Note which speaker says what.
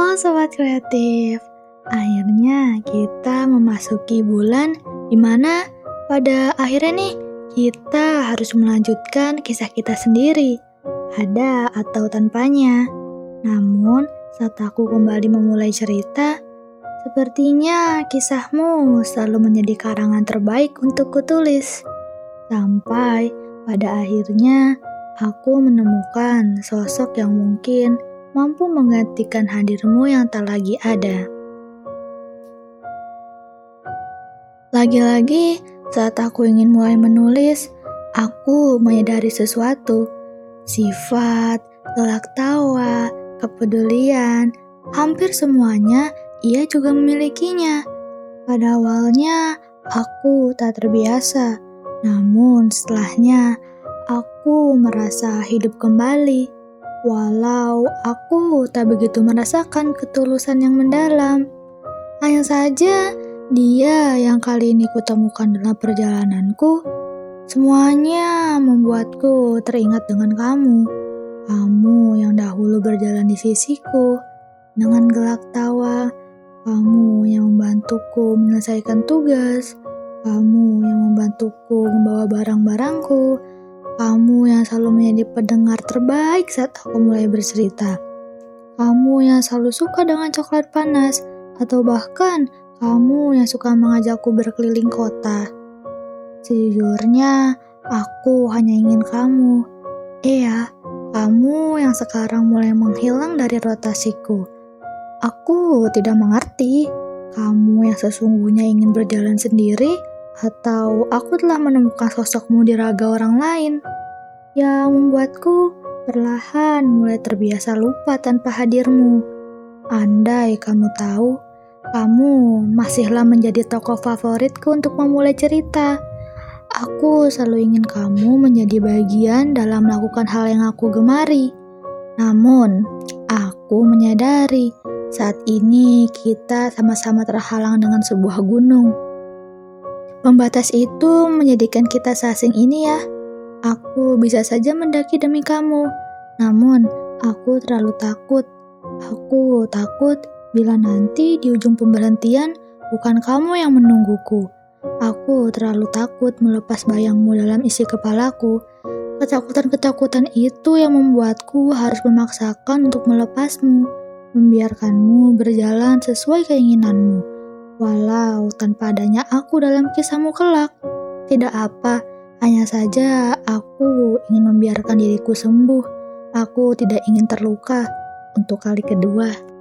Speaker 1: Halo Sobat Kreatif, akhirnya kita memasuki bulan dimana pada akhirnya nih kita harus melanjutkan kisah kita sendiri, ada atau tanpanya. Namun saat aku kembali memulai cerita, sepertinya kisahmu selalu menjadi karangan terbaik untuk kutulis. Sampai pada akhirnya aku menemukan sosok yang mungkin mampu menggantikan hadirmu yang tak lagi ada. Lagi-lagi, saat aku ingin mulai menulis, aku menyadari sesuatu. Sifat, gelak tawa, kepedulian, hampir semuanya ia juga memilikinya. Pada awalnya, aku tak terbiasa. Namun setelahnya, aku merasa hidup kembali. Walau aku tak begitu merasakan ketulusan yang mendalam. Hanya saja dia yang kali ini kutemukan dalam perjalananku, semuanya membuatku teringat dengan kamu. Kamu yang dahulu berjalan di sisiku, dengan gelak tawa. Kamu yang membantuku menyelesaikan tugas. Kamu yang membantuku membawa barang-barangku. Kamu yang selalu menjadi pendengar terbaik saat aku mulai bercerita. Kamu yang selalu suka dengan coklat panas, atau bahkan kamu yang suka mengajakku berkeliling kota. Sejujurnya, aku hanya ingin kamu. Iya, kamu yang sekarang mulai menghilang dari rotasiku. Aku tidak mengerti, kamu yang sesungguhnya ingin berjalan sendiri, atau aku telah menemukan sosokmu di raga orang lain yang membuatku perlahan mulai terbiasa lupa tanpa hadirmu. Andai kamu tahu, kamu masihlah menjadi tokoh favoritku untuk memulai cerita. Aku selalu ingin kamu menjadi bagian dalam melakukan hal yang aku gemari. Namun, aku menyadari saat ini kita sama-sama terhalang dengan sebuah gunung. Pembatas itu menjadikan kita seasing ini ya. Aku bisa saja mendaki demi kamu, namun aku terlalu takut. Aku takut bila nanti di ujung pemberhentian bukan kamu yang menungguku. Aku terlalu takut melepas bayangmu dalam isi kepalaku. Ketakutan-ketakutan itu yang membuatku harus memaksakan untuk melepasmu, membiarkanmu berjalan sesuai keinginanmu. Walau tanpa adanya aku dalam kisahmu kelak. Tidak apa, hanya saja aku ingin membiarkan diriku sembuh. Aku tidak ingin terluka untuk kali kedua.